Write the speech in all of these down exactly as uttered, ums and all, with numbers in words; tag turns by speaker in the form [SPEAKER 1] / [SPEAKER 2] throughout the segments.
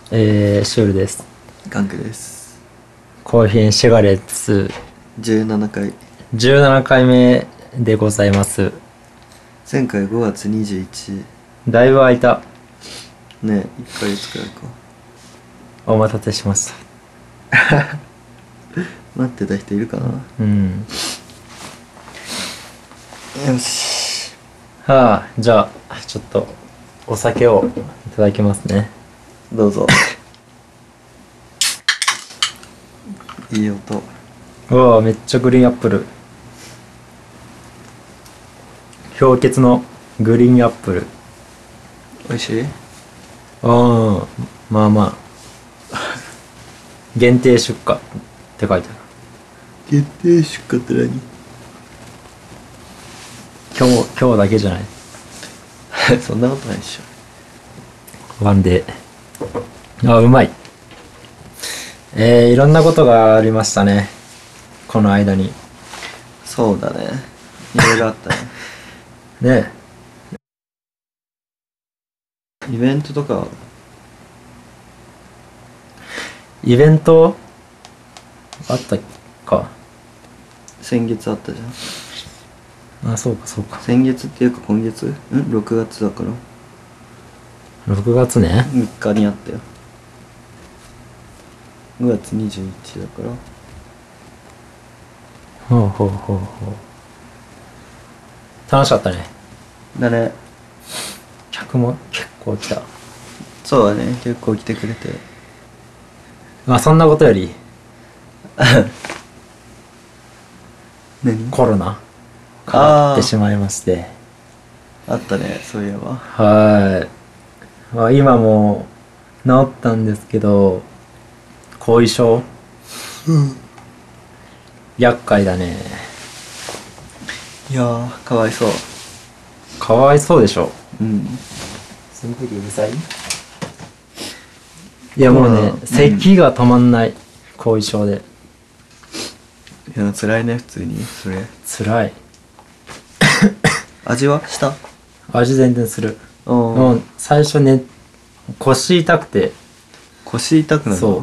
[SPEAKER 1] えー、シュールです。
[SPEAKER 2] ガンクです。
[SPEAKER 1] コーヒーシガレッツ
[SPEAKER 2] じゅうななかい
[SPEAKER 1] じゅうななかいめでございます。
[SPEAKER 2] 前回ごがつにじゅういち
[SPEAKER 1] だいぶ空いた。
[SPEAKER 2] ねえいっかげつくらいか。
[SPEAKER 1] お待たせしました。
[SPEAKER 2] 待ってた人いるかな。
[SPEAKER 1] うん。
[SPEAKER 2] よし。
[SPEAKER 1] はあ、じゃあちょっとお酒をいただきますね。
[SPEAKER 2] どうぞ。いい音。
[SPEAKER 1] うわ、めっちゃグリーンアップル。氷結のグリーンアップル。
[SPEAKER 2] おいしい。
[SPEAKER 1] ああ、まあまあ。限定出荷って書いてある。
[SPEAKER 2] 限定出荷って何。
[SPEAKER 1] 今日今日だけじゃない。
[SPEAKER 2] そんなことないっし
[SPEAKER 1] ょ。ワンデー。あ、うまい。えー、いろんなことがありましたね、この間に。
[SPEAKER 2] そうだね、いろいろあったね。
[SPEAKER 1] ね
[SPEAKER 2] イベントとか。
[SPEAKER 1] イベントあったか。
[SPEAKER 2] 先月あったじゃん。
[SPEAKER 1] あ、そうかそうか。
[SPEAKER 2] 先月っていうか今月んろくがつだから
[SPEAKER 1] ろくがつね。
[SPEAKER 2] みっかにあったよ。ごがつにじゅういちだから。
[SPEAKER 1] ほうほうほうほう。楽しかったね。
[SPEAKER 2] だね。
[SPEAKER 1] 客も結構来た。
[SPEAKER 2] そうだね、結構来てくれて。
[SPEAKER 1] まあそんなことより
[SPEAKER 2] 何。
[SPEAKER 1] コロナかかってしまいまして。
[SPEAKER 2] あったね、そういえば。
[SPEAKER 1] はい、まあ、今も治ったんですけど後遺症、
[SPEAKER 2] うん、
[SPEAKER 1] 厄介だね。
[SPEAKER 2] いやーかわいそう。
[SPEAKER 1] かわいそうでしょ。
[SPEAKER 2] うん。
[SPEAKER 1] その時うるさい。いやもうね、
[SPEAKER 2] うん、
[SPEAKER 1] 咳が止まんない、後遺症で。
[SPEAKER 2] いや辛いね普通にそれ。
[SPEAKER 1] 辛い。
[SPEAKER 2] 味はした。
[SPEAKER 1] 味全然する。
[SPEAKER 2] うん、
[SPEAKER 1] もう最初ね、腰痛くて。
[SPEAKER 2] 腰痛くなるの。
[SPEAKER 1] そう、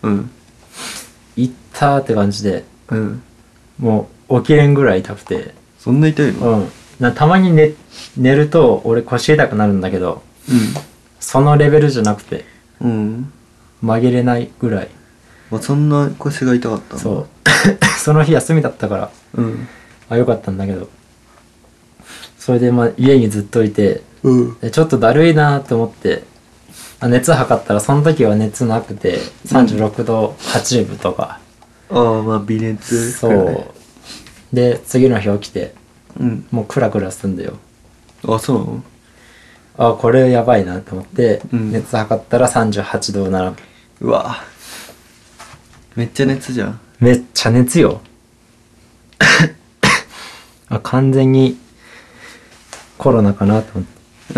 [SPEAKER 2] うん、
[SPEAKER 1] いったーって感じで、
[SPEAKER 2] うん、
[SPEAKER 1] もう起きれんぐらい痛くて。
[SPEAKER 2] そんな痛いの。
[SPEAKER 1] うん。なたまに寝寝ると俺腰痛くなるんだけど、
[SPEAKER 2] うん、
[SPEAKER 1] そのレベルじゃなくて、
[SPEAKER 2] うん、
[SPEAKER 1] 紛れないぐらい。
[SPEAKER 2] あ、そんな腰が痛かったの。
[SPEAKER 1] そうその日休みだったから、
[SPEAKER 2] うん、
[SPEAKER 1] あ、よかったんだけど、それでまあ家にずっといて、
[SPEAKER 2] うん、
[SPEAKER 1] でちょっとだるいなと思って、あ、熱測ったらその時は熱なくてさんじゅうろくどはちぶとか、
[SPEAKER 2] うん、ああ、まあ微熱くらい。
[SPEAKER 1] そうで次の日起きて、
[SPEAKER 2] うん、
[SPEAKER 1] もうクラクラすんだよ。
[SPEAKER 2] あ、そうなの。
[SPEAKER 1] あ、これやばいなと思って、
[SPEAKER 2] うん、
[SPEAKER 1] 熱測ったらさんじゅうはちどなな。
[SPEAKER 2] うわめっちゃ熱じゃん。
[SPEAKER 1] めっちゃ熱よ。あ、完全にコロナかなと思って。
[SPEAKER 2] うん、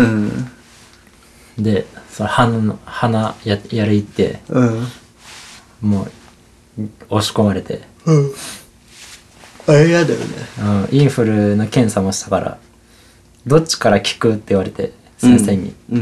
[SPEAKER 1] で、その鼻の鼻ややる行って、
[SPEAKER 2] うん、
[SPEAKER 1] もう押し込まれて、
[SPEAKER 2] うん、あれやだよね。
[SPEAKER 1] うん、インフルの検査もしたから、どっちから効くって言われて先生に、
[SPEAKER 2] うん、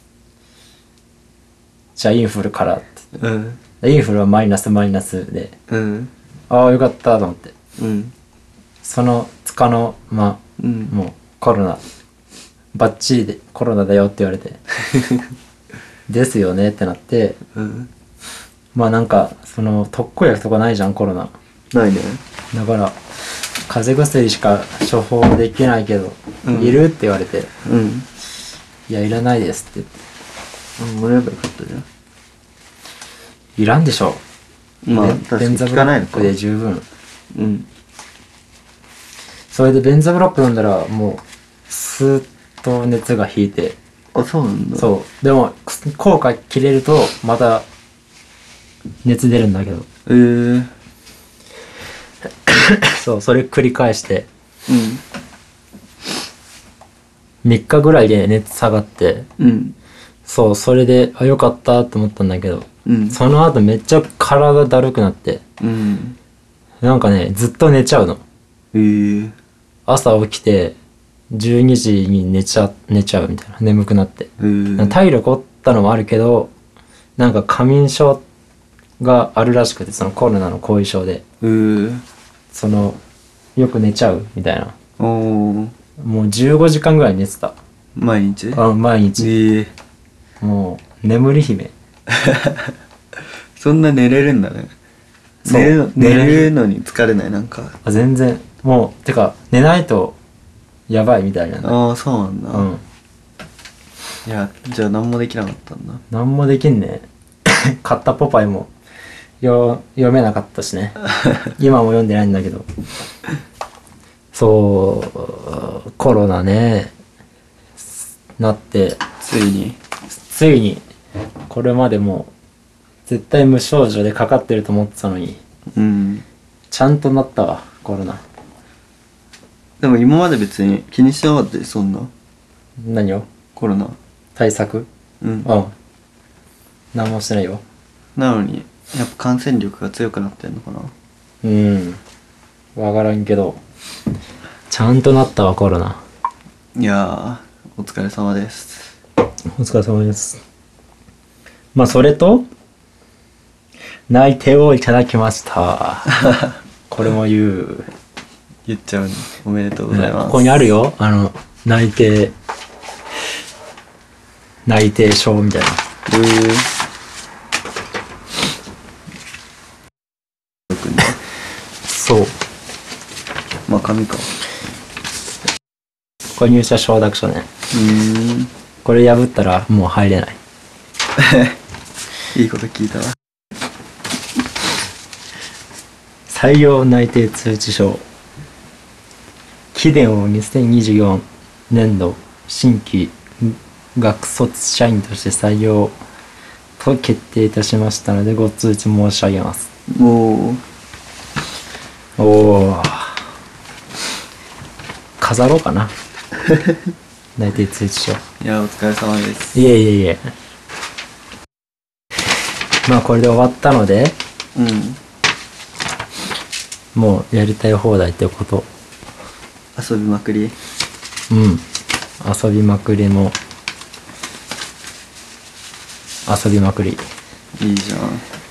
[SPEAKER 1] じゃあインフルからって。
[SPEAKER 2] うん、
[SPEAKER 1] インフルはマイナスマイナスで、
[SPEAKER 2] うん、
[SPEAKER 1] ああよかったと思って、
[SPEAKER 2] うん、
[SPEAKER 1] そのつかの間、
[SPEAKER 2] うん、
[SPEAKER 1] もうコロナバッチリでコロナだよって言われてですよねってなって、
[SPEAKER 2] うん、
[SPEAKER 1] まあなんかその特効薬とかないじゃんコロナ。
[SPEAKER 2] ないね。
[SPEAKER 1] だから風邪薬しか処方できないけど、うん、いるって言われて、
[SPEAKER 2] うん、
[SPEAKER 1] いやいらないですって
[SPEAKER 2] 言って、もらえばよかったじゃん。
[SPEAKER 1] いらんでしょ。
[SPEAKER 2] まあ確かに効かないのか。
[SPEAKER 1] ベンザブロックで十分。
[SPEAKER 2] うん。
[SPEAKER 1] それでベンザブロック飲んだらもうスーッと熱が引いて。
[SPEAKER 2] あ、そうなんだ。
[SPEAKER 1] そう。でも効果切れるとまた熱出るんだけど。
[SPEAKER 2] ええー。
[SPEAKER 1] そう、それ繰り返して。
[SPEAKER 2] うん。
[SPEAKER 1] みっかぐらいで熱下がって。
[SPEAKER 2] うん。
[SPEAKER 1] そう、それであよかったと思ったんだけど、うん、その後めっちゃ体だるくなって、うん、なんかねずっと寝ちゃうの。
[SPEAKER 2] へえー。
[SPEAKER 1] 朝起きてじゅうにじに寝ちゃ寝ちゃうみたいな、眠くなって、えー、体力落ったのもあるけどなんか過眠症があるらしくて、そのコロナの後遺症で、
[SPEAKER 2] うー
[SPEAKER 1] そのよく寝ちゃうみたいな。
[SPEAKER 2] おー
[SPEAKER 1] もうじゅうごじかんぐらい寝てた。
[SPEAKER 2] 毎日
[SPEAKER 1] あ、毎日。
[SPEAKER 2] ええ
[SPEAKER 1] もう眠り姫。
[SPEAKER 2] そんな寝れるんだね。
[SPEAKER 1] そう
[SPEAKER 2] 寝るの寝
[SPEAKER 1] 寝れる
[SPEAKER 2] るのに疲れないなんか。
[SPEAKER 1] あ、全然もうてか寝ないとやばいみたいな。
[SPEAKER 2] ああそうなんだ。
[SPEAKER 1] うん。
[SPEAKER 2] いやじゃあ何もできなかったんだ。
[SPEAKER 1] なんもできんね。買ったポパイもよ読めなかったしね。今も読んでないんだけど。そうコロナねなって
[SPEAKER 2] ついに。
[SPEAKER 1] ついにこれまでもう絶対無症状でかかってると思ってたのに
[SPEAKER 2] うん。
[SPEAKER 1] ちゃんとなったわコロナ。
[SPEAKER 2] でも今まで別に気にしてなかったよそんな
[SPEAKER 1] 何を
[SPEAKER 2] コロナ。
[SPEAKER 1] 対策。
[SPEAKER 2] うん。
[SPEAKER 1] うん何もしてないよ。
[SPEAKER 2] なのにやっぱ感染力が強くなってんのかな。
[SPEAKER 1] うんわからんけどちゃんとなったわコロナ。
[SPEAKER 2] いやーお疲れ様です。
[SPEAKER 1] お疲れ様です。まあそれと内定をいただきました。これも言う。
[SPEAKER 2] 言っちゃうの。おめでとうございます。
[SPEAKER 1] ここにあるよあの内定内定証みたいな。
[SPEAKER 2] うーよくね。
[SPEAKER 1] そう
[SPEAKER 2] まあ紙か。
[SPEAKER 1] これ入社承諾書ね。
[SPEAKER 2] うーん。
[SPEAKER 1] これ破ったらもう入れない。
[SPEAKER 2] いいこと聞いたわ。
[SPEAKER 1] 採用内定通知書。期限をにせんにじゅうよねんど新規学卒社員として採用と決定いたしましたのでご通知申し上げます。
[SPEAKER 2] もう
[SPEAKER 1] おお飾ろうかな。内定通知書。
[SPEAKER 2] いやお疲れ様です。
[SPEAKER 1] いえいえいえ。まあこれで終わったので
[SPEAKER 2] うん
[SPEAKER 1] もうやりたい放題ってこと。
[SPEAKER 2] 遊びまくり。
[SPEAKER 1] うん遊びまくりも遊びまくり。
[SPEAKER 2] いいじゃん。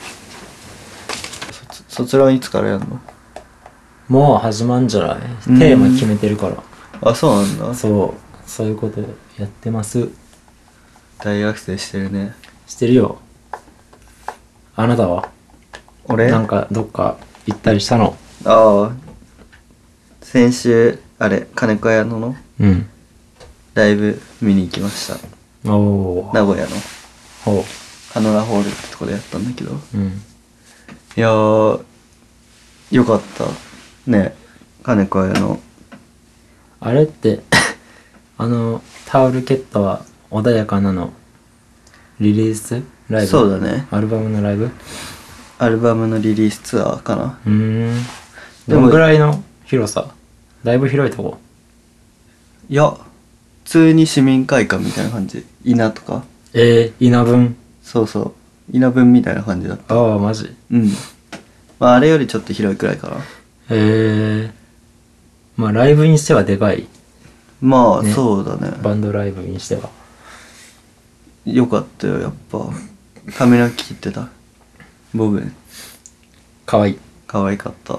[SPEAKER 2] 卒卒論いつからやんの。
[SPEAKER 1] もう始まんじゃない。
[SPEAKER 2] うん
[SPEAKER 1] テーマ決めてるから。
[SPEAKER 2] あそうなんだ。
[SPEAKER 1] そうそういうことやってます。
[SPEAKER 2] 大学生してるね。
[SPEAKER 1] してるよ。あなたは
[SPEAKER 2] 俺
[SPEAKER 1] なんかどっか行ったりしたの。
[SPEAKER 2] ああ先週あれ金子屋のの
[SPEAKER 1] うん
[SPEAKER 2] ライブ見に行きました。
[SPEAKER 1] おお
[SPEAKER 2] 名古屋の
[SPEAKER 1] ほ
[SPEAKER 2] カノラホールってとこでやったんだけど、
[SPEAKER 1] ううん
[SPEAKER 2] いやーよかったね。金子屋の
[SPEAKER 1] あれってあのタオルケットは穏やかなのリリースライブ。
[SPEAKER 2] そうだね。
[SPEAKER 1] アルバムのライブ。
[SPEAKER 2] アルバムのリリースツアーかな。
[SPEAKER 1] うーん
[SPEAKER 2] でも
[SPEAKER 1] どのぐらいの広さ。だいぶ広いとこ。
[SPEAKER 2] いや普通に市民会館みたいな感じ。稲とか
[SPEAKER 1] えー、稲分。
[SPEAKER 2] そうそう稲分みたいな感じだった。
[SPEAKER 1] ああマジ。
[SPEAKER 2] うんまああれよりちょっと広いくらいかな。
[SPEAKER 1] えー、まあライブにしてはでかい。
[SPEAKER 2] まあ、
[SPEAKER 1] ね
[SPEAKER 2] そうだね。
[SPEAKER 1] バンドライブにしては
[SPEAKER 2] よかったよやっぱ。ためらきってたボブ
[SPEAKER 1] かわいい。
[SPEAKER 2] 可愛かった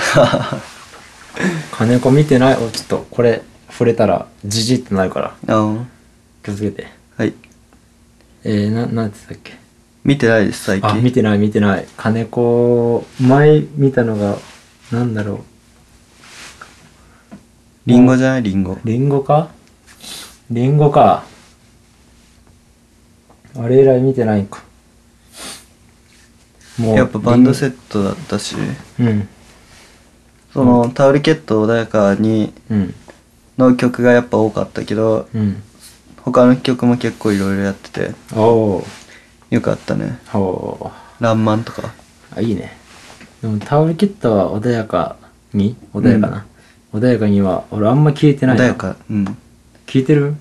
[SPEAKER 1] 金子見てない。おちょっとこれ触れたらジジってなるから
[SPEAKER 2] あ
[SPEAKER 1] 気をつけて。
[SPEAKER 2] はい
[SPEAKER 1] えー、ななんて言ったっけ。
[SPEAKER 2] 見てないです最近。
[SPEAKER 1] あ見てない見てない。金子前見たのがなんだろう。
[SPEAKER 2] リンゴじゃないリンゴ。
[SPEAKER 1] リンゴかリンゴか。あれ以来見てないんか。もう
[SPEAKER 2] やっぱバンドセットだったし、
[SPEAKER 1] うん
[SPEAKER 2] その、タオルケット穏やかに
[SPEAKER 1] うん
[SPEAKER 2] の曲がやっぱ多かったけど、
[SPEAKER 1] うん
[SPEAKER 2] 他の曲も結構いろいろやってて
[SPEAKER 1] おお
[SPEAKER 2] よかったね。
[SPEAKER 1] お
[SPEAKER 2] ランマンとか。
[SPEAKER 1] あいいね。でもタオルケットは穏やかに穏やかな、うん、穏やかには俺あんま聞いてないな。
[SPEAKER 2] 穏やかうん
[SPEAKER 1] 聞いてる。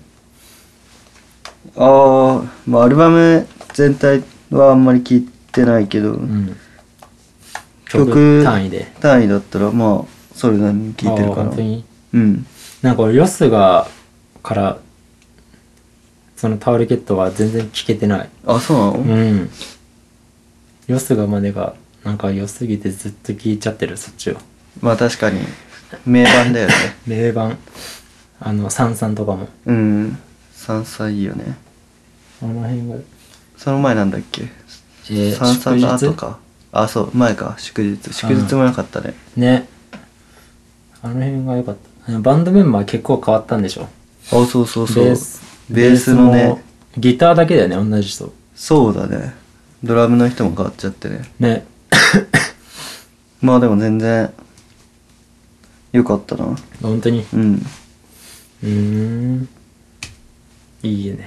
[SPEAKER 2] ああまあアルバム全体はあんまり聞いてないけど、
[SPEAKER 1] うん、
[SPEAKER 2] 曲
[SPEAKER 1] 曲単位で
[SPEAKER 2] 単位だったらまあそれなりに聞いてるかな。
[SPEAKER 1] 本当に。
[SPEAKER 2] うん
[SPEAKER 1] なんか俺ヨスがからそのタオルケットは全然聞けてない。
[SPEAKER 2] あ、そうなの？
[SPEAKER 1] うんよすがまでがなんか良すぎてずっと聞いちゃってるそっちを。
[SPEAKER 2] まあ確かに名盤だよね。
[SPEAKER 1] 名盤あのサンサンとかも
[SPEAKER 2] うん山菜いいよね。
[SPEAKER 1] あの辺が
[SPEAKER 2] その前なんだっけ？
[SPEAKER 1] えー
[SPEAKER 2] 三々の
[SPEAKER 1] 祝日
[SPEAKER 2] 後か。あ、そう前か。祝日祝日も良かったね。
[SPEAKER 1] ねあの辺が良かったバンドメンバー結構変わったんでしょ。
[SPEAKER 2] あ、そうそうそう。
[SPEAKER 1] ベース
[SPEAKER 2] ベースのね
[SPEAKER 1] ベースもギターだけだよね同じ人
[SPEAKER 2] そうだね。ドラムの人も変わっちゃってね。
[SPEAKER 1] ね
[SPEAKER 2] まあでも全然良かったな。
[SPEAKER 1] 本当に
[SPEAKER 2] うん。
[SPEAKER 1] うーんいいね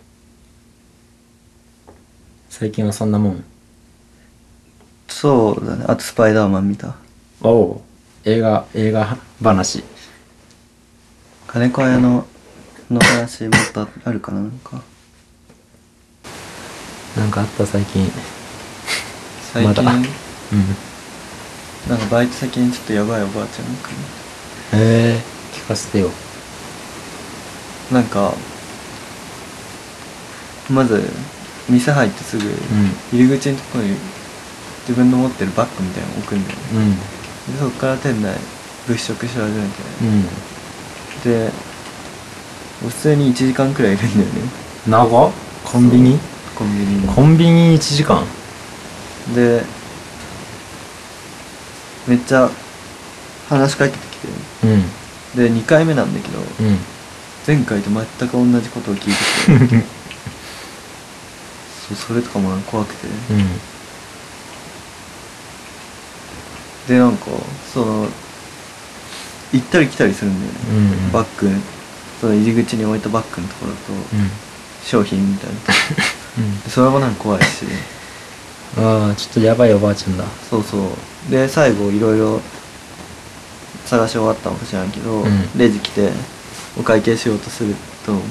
[SPEAKER 1] 最近はそんなもん。
[SPEAKER 2] そうだね。あとスパイダーマン見た。
[SPEAKER 1] おお映画映画話
[SPEAKER 2] 金子屋のの話もっとあるかな。なんか
[SPEAKER 1] なんかあった最近。
[SPEAKER 2] 最近、
[SPEAKER 1] まだうん
[SPEAKER 2] なんかバイト先にちょっとやばいおばあちゃんが来る。
[SPEAKER 1] へえ聞かせてよ。
[SPEAKER 2] なんかまず店入ってすぐ入り口のところに自分の持ってるバッグみたいなの置くんだよね。
[SPEAKER 1] うん
[SPEAKER 2] でそっから店内物色し始めて、
[SPEAKER 1] うん
[SPEAKER 2] で普通にいちじかんくらいいるんだよね。
[SPEAKER 1] 長っコンビニ
[SPEAKER 2] コンビニに。
[SPEAKER 1] コンビニいちじかん
[SPEAKER 2] でめっちゃ話しかけてきて、
[SPEAKER 1] うん
[SPEAKER 2] でにかいめなんだけど、
[SPEAKER 1] うん
[SPEAKER 2] 前回と全く同じことを聞いてきてそうそれとかも怖くて、
[SPEAKER 1] うん
[SPEAKER 2] でなんかその行ったり来たりするんだよね、
[SPEAKER 1] うん
[SPEAKER 2] バッグその入り口に置いたバッグのところだと、
[SPEAKER 1] うん
[SPEAKER 2] 商品みたいな
[SPEAKER 1] うん
[SPEAKER 2] でそれもなんか怖いし
[SPEAKER 1] ああちょっとやばいおばあちゃんだ。
[SPEAKER 2] そうそうで最後いろいろ探し終わったのか知らんけど、
[SPEAKER 1] うん
[SPEAKER 2] レジ来てお会計しようとすると、
[SPEAKER 1] うん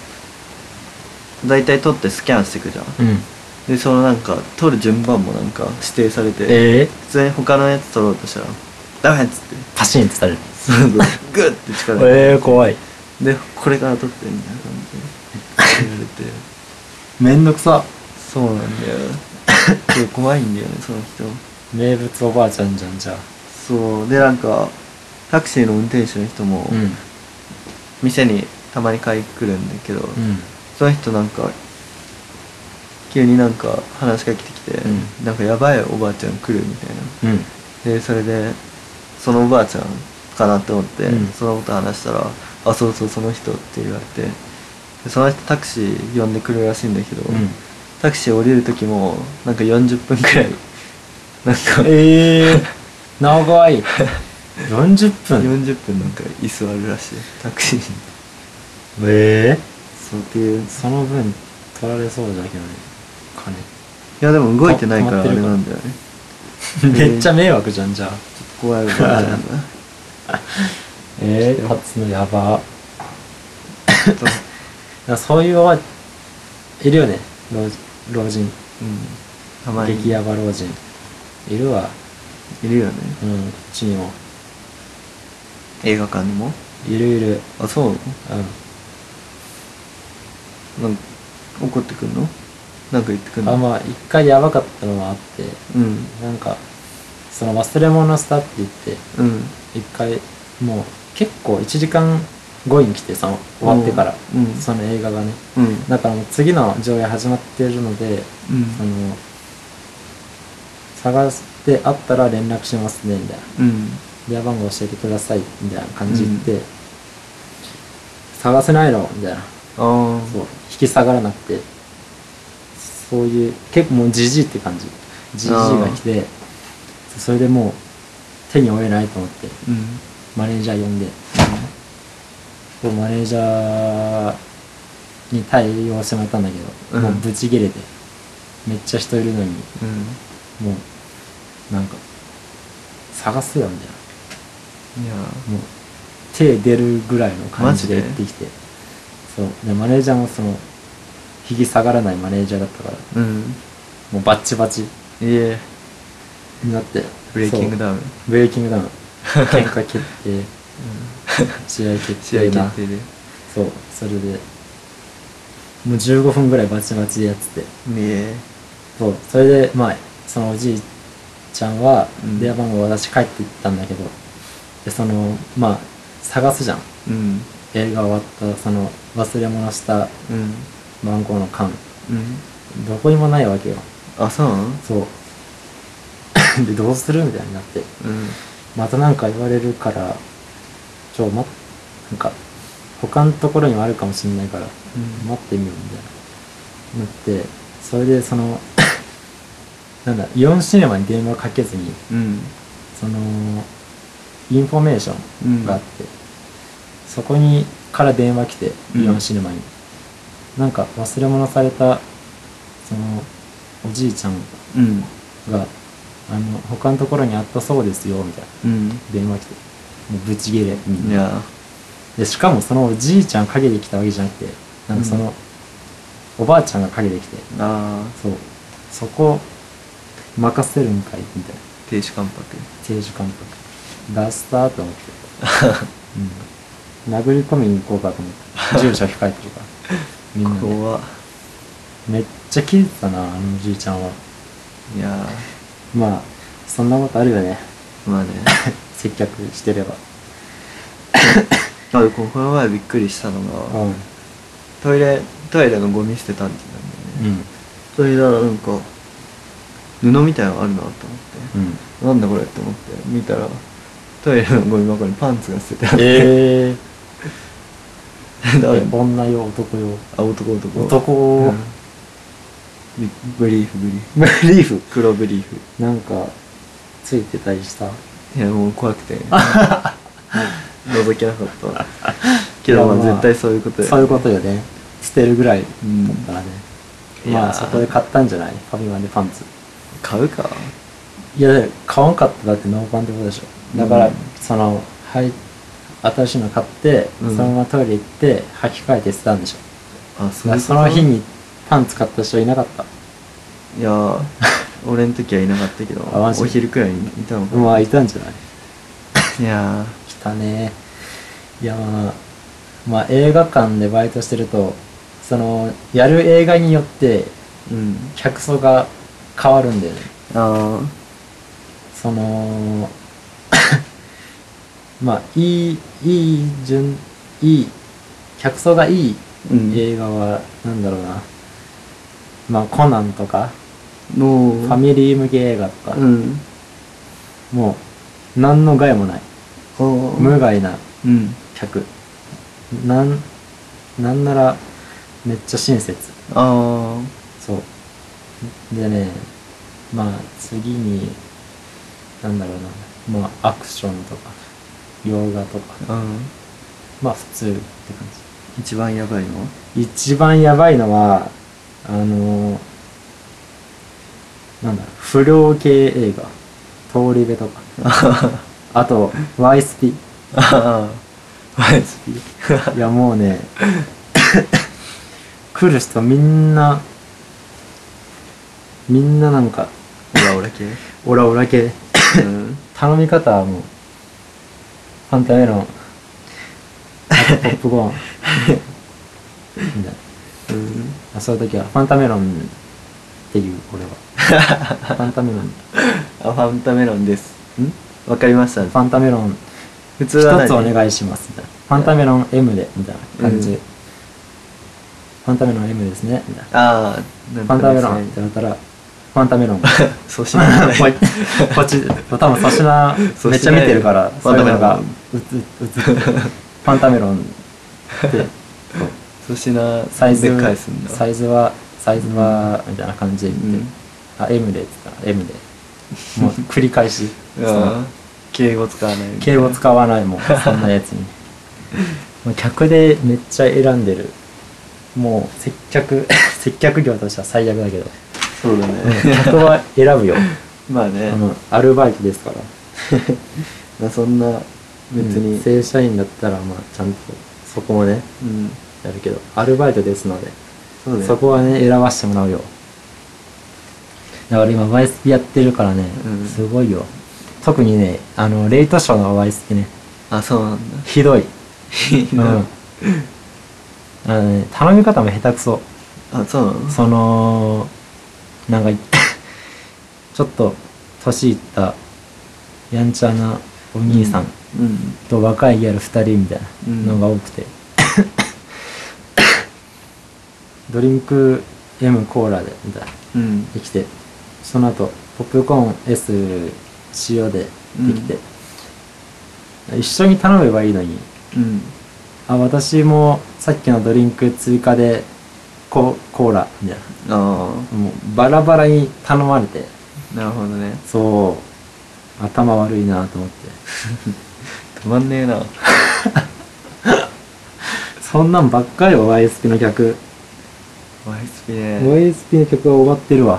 [SPEAKER 2] 大体取ってスキャンしていくじゃん、
[SPEAKER 1] うん
[SPEAKER 2] でそのなんか取る順番もなんか指定されて、
[SPEAKER 1] ええ
[SPEAKER 2] 普通に他のやつ取ろうとしたらダメっつって
[SPEAKER 1] パシンってされる。
[SPEAKER 2] そうそうグッて力入れて
[SPEAKER 1] ええ怖い。
[SPEAKER 2] でこれから取ってみたいな感じで言われて
[SPEAKER 1] めんどくさ。
[SPEAKER 2] そうなんだよ結構怖いんだよねその人。
[SPEAKER 1] 名物おばあちゃんじゃんじゃあ。
[SPEAKER 2] そうでなんかタクシーの運転手の人も
[SPEAKER 1] うん
[SPEAKER 2] 店にたまに買い来るんだけど、
[SPEAKER 1] うん
[SPEAKER 2] その人なんか急になんか話しかけてきて、
[SPEAKER 1] うん
[SPEAKER 2] なんかやばいおばあちゃん来るみたいな。
[SPEAKER 1] うん
[SPEAKER 2] でそれでそのおばあちゃんかなって思って、
[SPEAKER 1] うん
[SPEAKER 2] そのこと話したら「あそうそうその人」って言われて、でその人タクシー呼んでくるらしいんだけど、
[SPEAKER 1] うん
[SPEAKER 2] タクシー降りる時もなんかよんじゅっぷんくらいなんか
[SPEAKER 1] ええ長い。よんじゅっぷん。
[SPEAKER 2] よんじゅっぷんなんか居座るらしいタクシーに。
[SPEAKER 1] ええ
[SPEAKER 2] そうっていう。い
[SPEAKER 1] その分取られそうだけどね金。
[SPEAKER 2] やでも動いてないからあれ
[SPEAKER 1] 止まってるから
[SPEAKER 2] なんだよね。
[SPEAKER 1] めっちゃ迷惑じゃんじゃあ。
[SPEAKER 2] 怖いおばあちゃんだ。
[SPEAKER 1] ええー、立つのやば。
[SPEAKER 2] ちょっと
[SPEAKER 1] だからそういうおばいるよね老老人。
[SPEAKER 2] うんたまに
[SPEAKER 1] 激ヤバ老人いるわ。
[SPEAKER 2] いるよね。
[SPEAKER 1] うんうちにも
[SPEAKER 2] 映画館にも。
[SPEAKER 1] いるいる。
[SPEAKER 2] あそうなの。
[SPEAKER 1] うん
[SPEAKER 2] なんか怒ってくんのなんか言ってくんの。
[SPEAKER 1] あまあ一回やばかったのがあって、
[SPEAKER 2] うん
[SPEAKER 1] なんかその忘れ物したって言って
[SPEAKER 2] うん
[SPEAKER 1] 一回もう結構いちじかんごに来てその終わってから、
[SPEAKER 2] うん
[SPEAKER 1] その映画がね
[SPEAKER 2] うん
[SPEAKER 1] だからもう次の上映始まってるので、
[SPEAKER 2] うん
[SPEAKER 1] あの探してあったら連絡しますねみたいな
[SPEAKER 2] うん
[SPEAKER 1] 電話番号教えてくださいみたいな感じで、探せないのみたいな
[SPEAKER 2] ああ
[SPEAKER 1] そう引き下がらなくてそういう結構もうジジイって感じジジイが来てそれでもう手に負えないと思って
[SPEAKER 2] うん
[SPEAKER 1] マネージャー呼んで、こうマネージャーに対応してもらったんだけど、
[SPEAKER 2] うん
[SPEAKER 1] もうブチギレてめっちゃ人いるのに
[SPEAKER 2] うん
[SPEAKER 1] もうなんか探すよみたい
[SPEAKER 2] いや
[SPEAKER 1] なもう手出るぐらいの感じで
[SPEAKER 2] マジで
[SPEAKER 1] 言ってきてそうでマネージャーもその引き下がらないマネージャーだったから
[SPEAKER 2] うん
[SPEAKER 1] もうバッチバチ
[SPEAKER 2] いえ
[SPEAKER 1] になって
[SPEAKER 2] ブレイキングダウン。
[SPEAKER 1] そうブレイキングダウン喧嘩決定試合決
[SPEAKER 2] 試合
[SPEAKER 1] 定な
[SPEAKER 2] 決定で。
[SPEAKER 1] そうそれでもうじゅうごふんぐらいバチバチでやってて、
[SPEAKER 2] ねえ。
[SPEAKER 1] そうそれでまあそのおじいちゃんは
[SPEAKER 2] うん
[SPEAKER 1] 電話番号を渡して帰っていったんだけど、でそのまあ探すじゃん、
[SPEAKER 2] うん
[SPEAKER 1] 映画終わったその忘れ物した
[SPEAKER 2] うん
[SPEAKER 1] 番号の缶、
[SPEAKER 2] うん。
[SPEAKER 1] どこにもないわけよ。
[SPEAKER 2] あ、そうなの？
[SPEAKER 1] そうでどうするみたいになって、
[SPEAKER 2] うん
[SPEAKER 1] またなんか言われるからちょまなんか他のところにもあるかもしれないから
[SPEAKER 2] うん
[SPEAKER 1] 待ってみようみたいななって、それでそのなんだイオンシネマに電話かけずに
[SPEAKER 2] うん
[SPEAKER 1] そのインフォメーションがあって、そこにから電話来て、
[SPEAKER 2] うん
[SPEAKER 1] イオンシネマになんか忘れ物されたそのおじいちゃん
[SPEAKER 2] うん
[SPEAKER 1] があの他のところにあったそうですよみたいな
[SPEAKER 2] うん。
[SPEAKER 1] 電話来て、もうブチギレみんな
[SPEAKER 2] いや。
[SPEAKER 1] で、しかもそのおじいちゃん陰で来たわけじゃなくて、なんかその、おばあちゃんが陰で来て、
[SPEAKER 2] ああ。
[SPEAKER 1] そうそこ任せるんかいみたいな、
[SPEAKER 2] 亭主関白。
[SPEAKER 1] 亭主関白出したと思って、うん、殴り込みに行こうかと思って住所控えてるからみんなで
[SPEAKER 2] 怖っ。
[SPEAKER 1] めっちゃキレてたな、あのおじいちゃんは。
[SPEAKER 2] いや
[SPEAKER 1] まあそんなことあるよね
[SPEAKER 2] ー、まあね。
[SPEAKER 1] 接客してれば。
[SPEAKER 2] あ、でこの前びっくりしたのが、
[SPEAKER 1] うん
[SPEAKER 2] トイレトイレのゴミ捨てたんだよね。
[SPEAKER 1] うん
[SPEAKER 2] それがなんか布みたいなのあるなと思って、
[SPEAKER 1] うん
[SPEAKER 2] なんだこれって思って見たら、トイレのゴミ箱にパンツが捨ててあって、
[SPEAKER 1] えー、
[SPEAKER 2] 誰
[SPEAKER 1] え女用男用
[SPEAKER 2] あ、男男
[SPEAKER 1] 男、
[SPEAKER 2] うんブブリーフブリーフ
[SPEAKER 1] ブリーフ
[SPEAKER 2] 黒ブリーフ。
[SPEAKER 1] なんかついてたりした？
[SPEAKER 2] いやもう怖くて覗けなかったけど、まあ絶対そういうことだよね。
[SPEAKER 1] そういうことよね。捨てるぐらいだ
[SPEAKER 2] うん
[SPEAKER 1] ったらね、
[SPEAKER 2] いやー
[SPEAKER 1] まあそこで買ったんじゃない？ファミマでパンツ。
[SPEAKER 2] 買うか。
[SPEAKER 1] いや買わんかったらだってノーパンってことでしょ。だから、
[SPEAKER 2] うん
[SPEAKER 1] そのはい新しいの買って、
[SPEAKER 2] うん
[SPEAKER 1] そのままトイレ行って履き替えて捨てたんでしょ。
[SPEAKER 2] あ、そういうこと。
[SPEAKER 1] その日にパンツ買った人いなかった？
[SPEAKER 2] いやー俺の時はいなかったけど
[SPEAKER 1] あマジ
[SPEAKER 2] お昼くらいにいたのかな。
[SPEAKER 1] まあいたんじゃない？
[SPEAKER 2] いや
[SPEAKER 1] 来たね。いやまあまあ映画館でバイトしてると、そのやる映画によって
[SPEAKER 2] ーうん
[SPEAKER 1] 客層が変わるんだよね。
[SPEAKER 2] あ
[SPEAKER 1] そのまあいいいい順いい客層がいい
[SPEAKER 2] ーうん
[SPEAKER 1] 映画はなんだろうな、まあコナンとか
[SPEAKER 2] の
[SPEAKER 1] ファミリー向け映画とか、
[SPEAKER 2] うん
[SPEAKER 1] もう何の害もない
[SPEAKER 2] 無
[SPEAKER 1] 無害な
[SPEAKER 2] うん
[SPEAKER 1] 客、なんなんならめっちゃ親切。
[SPEAKER 2] あ
[SPEAKER 1] そうでね、まあ次になんだろうな、まあアクションとか洋画とか、
[SPEAKER 2] あうん
[SPEAKER 1] まあ普通って感
[SPEAKER 2] 一番やばいの
[SPEAKER 1] じ。一番やばいのはあのなんだ不良系映画、通り部とか、あとワイスピ。
[SPEAKER 2] ああワイスピ
[SPEAKER 1] いやもうね来る人みんなみんななんか
[SPEAKER 2] オラオラ系
[SPEAKER 1] オラオラ系
[SPEAKER 2] うん
[SPEAKER 1] 頼み方はもうファンタメロン、あとポップコーンみたいな。
[SPEAKER 2] うん
[SPEAKER 1] あ、そういう時はファンタメロンっていう俺はファンタメロン
[SPEAKER 2] あファンタメロンですんわかりました。
[SPEAKER 1] ファンタメロン
[SPEAKER 2] 普通は
[SPEAKER 1] 一つお
[SPEAKER 2] い
[SPEAKER 1] 願いしますみたいな。ファンタメロン M でみたいな感じで、
[SPEAKER 2] うん
[SPEAKER 1] ファンタメロン M ですねみたいな。
[SPEAKER 2] ああ
[SPEAKER 1] ファンタメロンって言ったらファンタメロン
[SPEAKER 2] 粗品じゃない
[SPEAKER 1] ここっち多分粗品めっちゃ見てるから、
[SPEAKER 2] 粗品
[SPEAKER 1] そういうのが
[SPEAKER 2] フ
[SPEAKER 1] うつうつってファンタメロンってそう
[SPEAKER 2] 粗品
[SPEAKER 1] サイズ
[SPEAKER 2] で返すんだ。
[SPEAKER 1] サイズはサイズはみたいな感じで言って、
[SPEAKER 2] うん
[SPEAKER 1] あ M でって言ったら M でもう繰り返し
[SPEAKER 2] うん
[SPEAKER 1] その
[SPEAKER 2] 敬語使わないみたいな。
[SPEAKER 1] 敬語使わないもんそんなやつにもう客でめっちゃ選んでる、もう接客接客業としては最悪だけど、
[SPEAKER 2] そうだね、
[SPEAKER 1] 客は選ぶよ
[SPEAKER 2] まあね、
[SPEAKER 1] あのアルバイトですから
[SPEAKER 2] まあそんな別に、
[SPEAKER 1] うん正社員だったらまあちゃんとそこもね
[SPEAKER 2] うん
[SPEAKER 1] やるけど、アルバイトですので
[SPEAKER 2] そうだよ
[SPEAKER 1] そこはね選ばせてもらうよ。だから今ワイスピやってるからね、
[SPEAKER 2] うん
[SPEAKER 1] すごいよ。特にねあのレイトショーのワイスピね
[SPEAKER 2] あそうなんだ
[SPEAKER 1] ひどい。うんあのね頼み方も下手くそ。
[SPEAKER 2] あ、そうなの？
[SPEAKER 1] そのなんかちょっと年いったやんちゃなお兄さん
[SPEAKER 2] うん
[SPEAKER 1] と若いギャルふたりみたいなのが多くて、ドリンク M コーラでみたいな
[SPEAKER 2] うん
[SPEAKER 1] できて、その後ポップコーン S 塩でできて、一緒に頼めばいいのに、
[SPEAKER 2] うん
[SPEAKER 1] あ、私もさっきのドリンク追加でココーラみたいな、
[SPEAKER 2] あ
[SPEAKER 1] もうバラバラに頼まれて、
[SPEAKER 2] あ、なるほどね。
[SPEAKER 1] そう頭悪いなと思って。
[SPEAKER 2] 止まんねえな。
[SPEAKER 1] そんなんばっかりよ ワイエスピー の客。
[SPEAKER 2] ワイエスピー ね。
[SPEAKER 1] ワイエスピー の客は終わってるわ。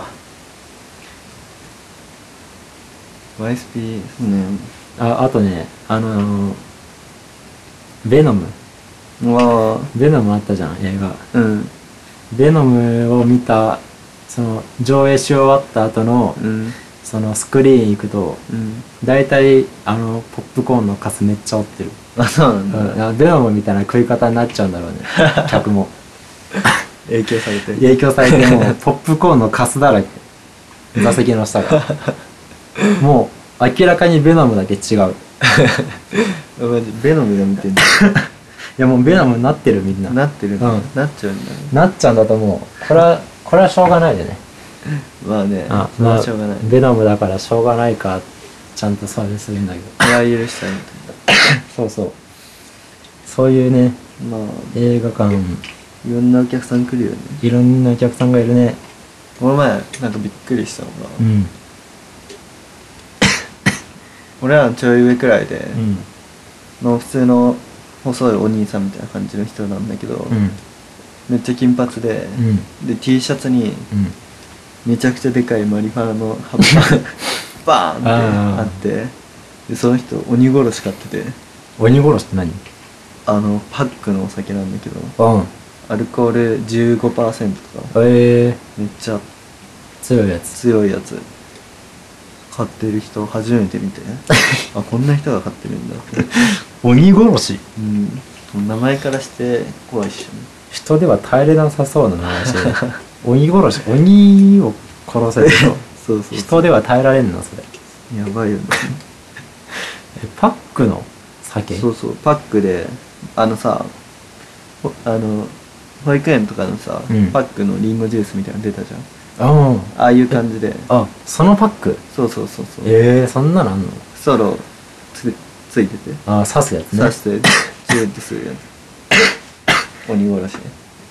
[SPEAKER 2] ワイエスピー そうね。
[SPEAKER 1] ああとね、あのー、ベノム
[SPEAKER 2] うわ
[SPEAKER 1] ベノムあったじゃん映画。
[SPEAKER 2] あ、うん
[SPEAKER 1] ベノムを見た、その上映し終わった後の、
[SPEAKER 2] うん
[SPEAKER 1] そのスクリーン行くと
[SPEAKER 2] うん
[SPEAKER 1] 大体あのポップコーンのカスめっちゃ折ってる。
[SPEAKER 2] あ、そうなんだ、
[SPEAKER 1] うん、ベノムみたいな食い方になっちゃうんだろうね客も
[SPEAKER 2] 影響されて。
[SPEAKER 1] 影響されて、もうポップコーンのカスだらけ、座席の下がもう明らかにベノムだけ違う。
[SPEAKER 2] マジベノムが見てんだ。
[SPEAKER 1] いやもうベノムになってるみんな。
[SPEAKER 2] なってるんだ、
[SPEAKER 1] うん
[SPEAKER 2] なっちゃうんだね。
[SPEAKER 1] なっちゃうんだと思う。これはこれはしょうがないでね。
[SPEAKER 2] まあね、
[SPEAKER 1] あ、
[SPEAKER 2] それ
[SPEAKER 1] まあ
[SPEAKER 2] はしょうがない。
[SPEAKER 1] ベノムだからしょうがないか、ちゃんとそうするんだけど。
[SPEAKER 2] これは許したいみ
[SPEAKER 1] そうそう。そういうね、
[SPEAKER 2] たいな。まあ
[SPEAKER 1] 映画館、
[SPEAKER 2] いろんなお客さん来るよね。
[SPEAKER 1] いろんなお客さんがいるね。
[SPEAKER 2] この前なんかびっくりしたのが、
[SPEAKER 1] うん。
[SPEAKER 2] 俺らのちょい上くらいで、
[SPEAKER 1] うん。
[SPEAKER 2] の普通の細いお兄さんみたいな感じの人なんだけど、
[SPEAKER 1] うん。
[SPEAKER 2] めっちゃ金髪で、
[SPEAKER 1] うん。
[SPEAKER 2] で T シャツに
[SPEAKER 1] うん。
[SPEAKER 2] めちゃくちゃでかいマリファナの葉っぱバーンってあってでその人鬼殺し買ってて、
[SPEAKER 1] 鬼殺しって何？
[SPEAKER 2] あのパックのお酒なんだけど
[SPEAKER 1] うん。
[SPEAKER 2] アルコール じゅうごパーセント とか
[SPEAKER 1] ええ
[SPEAKER 2] めっちゃ
[SPEAKER 1] ー、強いやつ。
[SPEAKER 2] 強いやつ買ってる人初めて見てあ、こんな人が買ってるんだって
[SPEAKER 1] 鬼殺し。
[SPEAKER 2] うん、名前からして怖いっしょね。
[SPEAKER 1] 人では耐えれなさそうな名前してる。鬼殺し、鬼を殺せるでしょ。
[SPEAKER 2] そうそうそう、
[SPEAKER 1] 人では耐えられんのそれ。
[SPEAKER 2] やばいよね
[SPEAKER 1] え、パックの酒？
[SPEAKER 2] そうそう、パックであのさほあの保育園とかのさ、
[SPEAKER 1] うん
[SPEAKER 2] パックのリンゴジュースみたいなの出たじゃん。
[SPEAKER 1] あ
[SPEAKER 2] ああいう感じで、
[SPEAKER 1] あ。あ、そのパック？
[SPEAKER 2] そうそうそうそう、
[SPEAKER 1] ええー、そんなのあんの？
[SPEAKER 2] ストローつついてて
[SPEAKER 1] ああ、刺すやつね。
[SPEAKER 2] 刺してジューってするやつ鬼殺しね。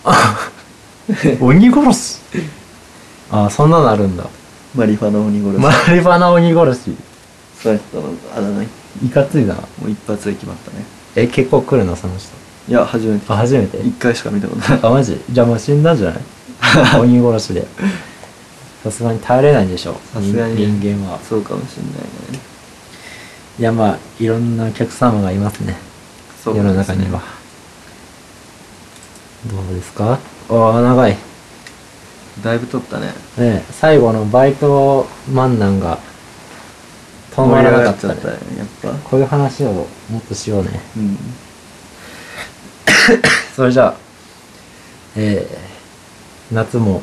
[SPEAKER 1] 鬼殺し。ああ、そんなのあるんだ。
[SPEAKER 2] マリファナ鬼殺し、
[SPEAKER 1] マリファナ鬼殺し。
[SPEAKER 2] そうやったのあだ名、も
[SPEAKER 1] いかついな。
[SPEAKER 2] う一発で決まったね。
[SPEAKER 1] え、結構来るのその人？
[SPEAKER 2] いや初めて、
[SPEAKER 1] あ、初めて？
[SPEAKER 2] 一回しか見たことない
[SPEAKER 1] あ、マジ？じゃあもう死んだんじゃない？鬼殺しで。さすがに耐えれないんでしょ。
[SPEAKER 2] さすがに
[SPEAKER 1] 人人間は。
[SPEAKER 2] そうかもしんないね。
[SPEAKER 1] いや、まあいろんなお客様がいますね。
[SPEAKER 2] そう
[SPEAKER 1] 世の中には。どうですか？ああ、長い。ね
[SPEAKER 2] だいぶ撮ったね。
[SPEAKER 1] え、最後のバイト漫談が止まらなかったね。
[SPEAKER 2] 盛り上がっちゃったねやっぱ。
[SPEAKER 1] こういう話をもっとしようね。
[SPEAKER 2] うん
[SPEAKER 1] それじゃあ、えー、夏も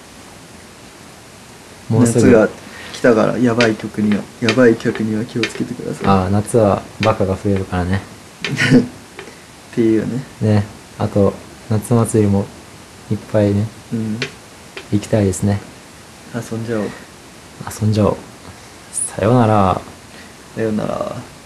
[SPEAKER 1] もうすぐ。
[SPEAKER 2] 夏が来たからやばい曲にはやばい曲には気をつけてください。
[SPEAKER 1] ああ、夏はバカが増えるからね。
[SPEAKER 2] っていうよね。
[SPEAKER 1] ね、あと夏祭りもいっぱいね
[SPEAKER 2] うん
[SPEAKER 1] 行きたいですね。
[SPEAKER 2] 遊んじゃおう。
[SPEAKER 1] 遊んじゃおう。さようなら。
[SPEAKER 2] さよなら。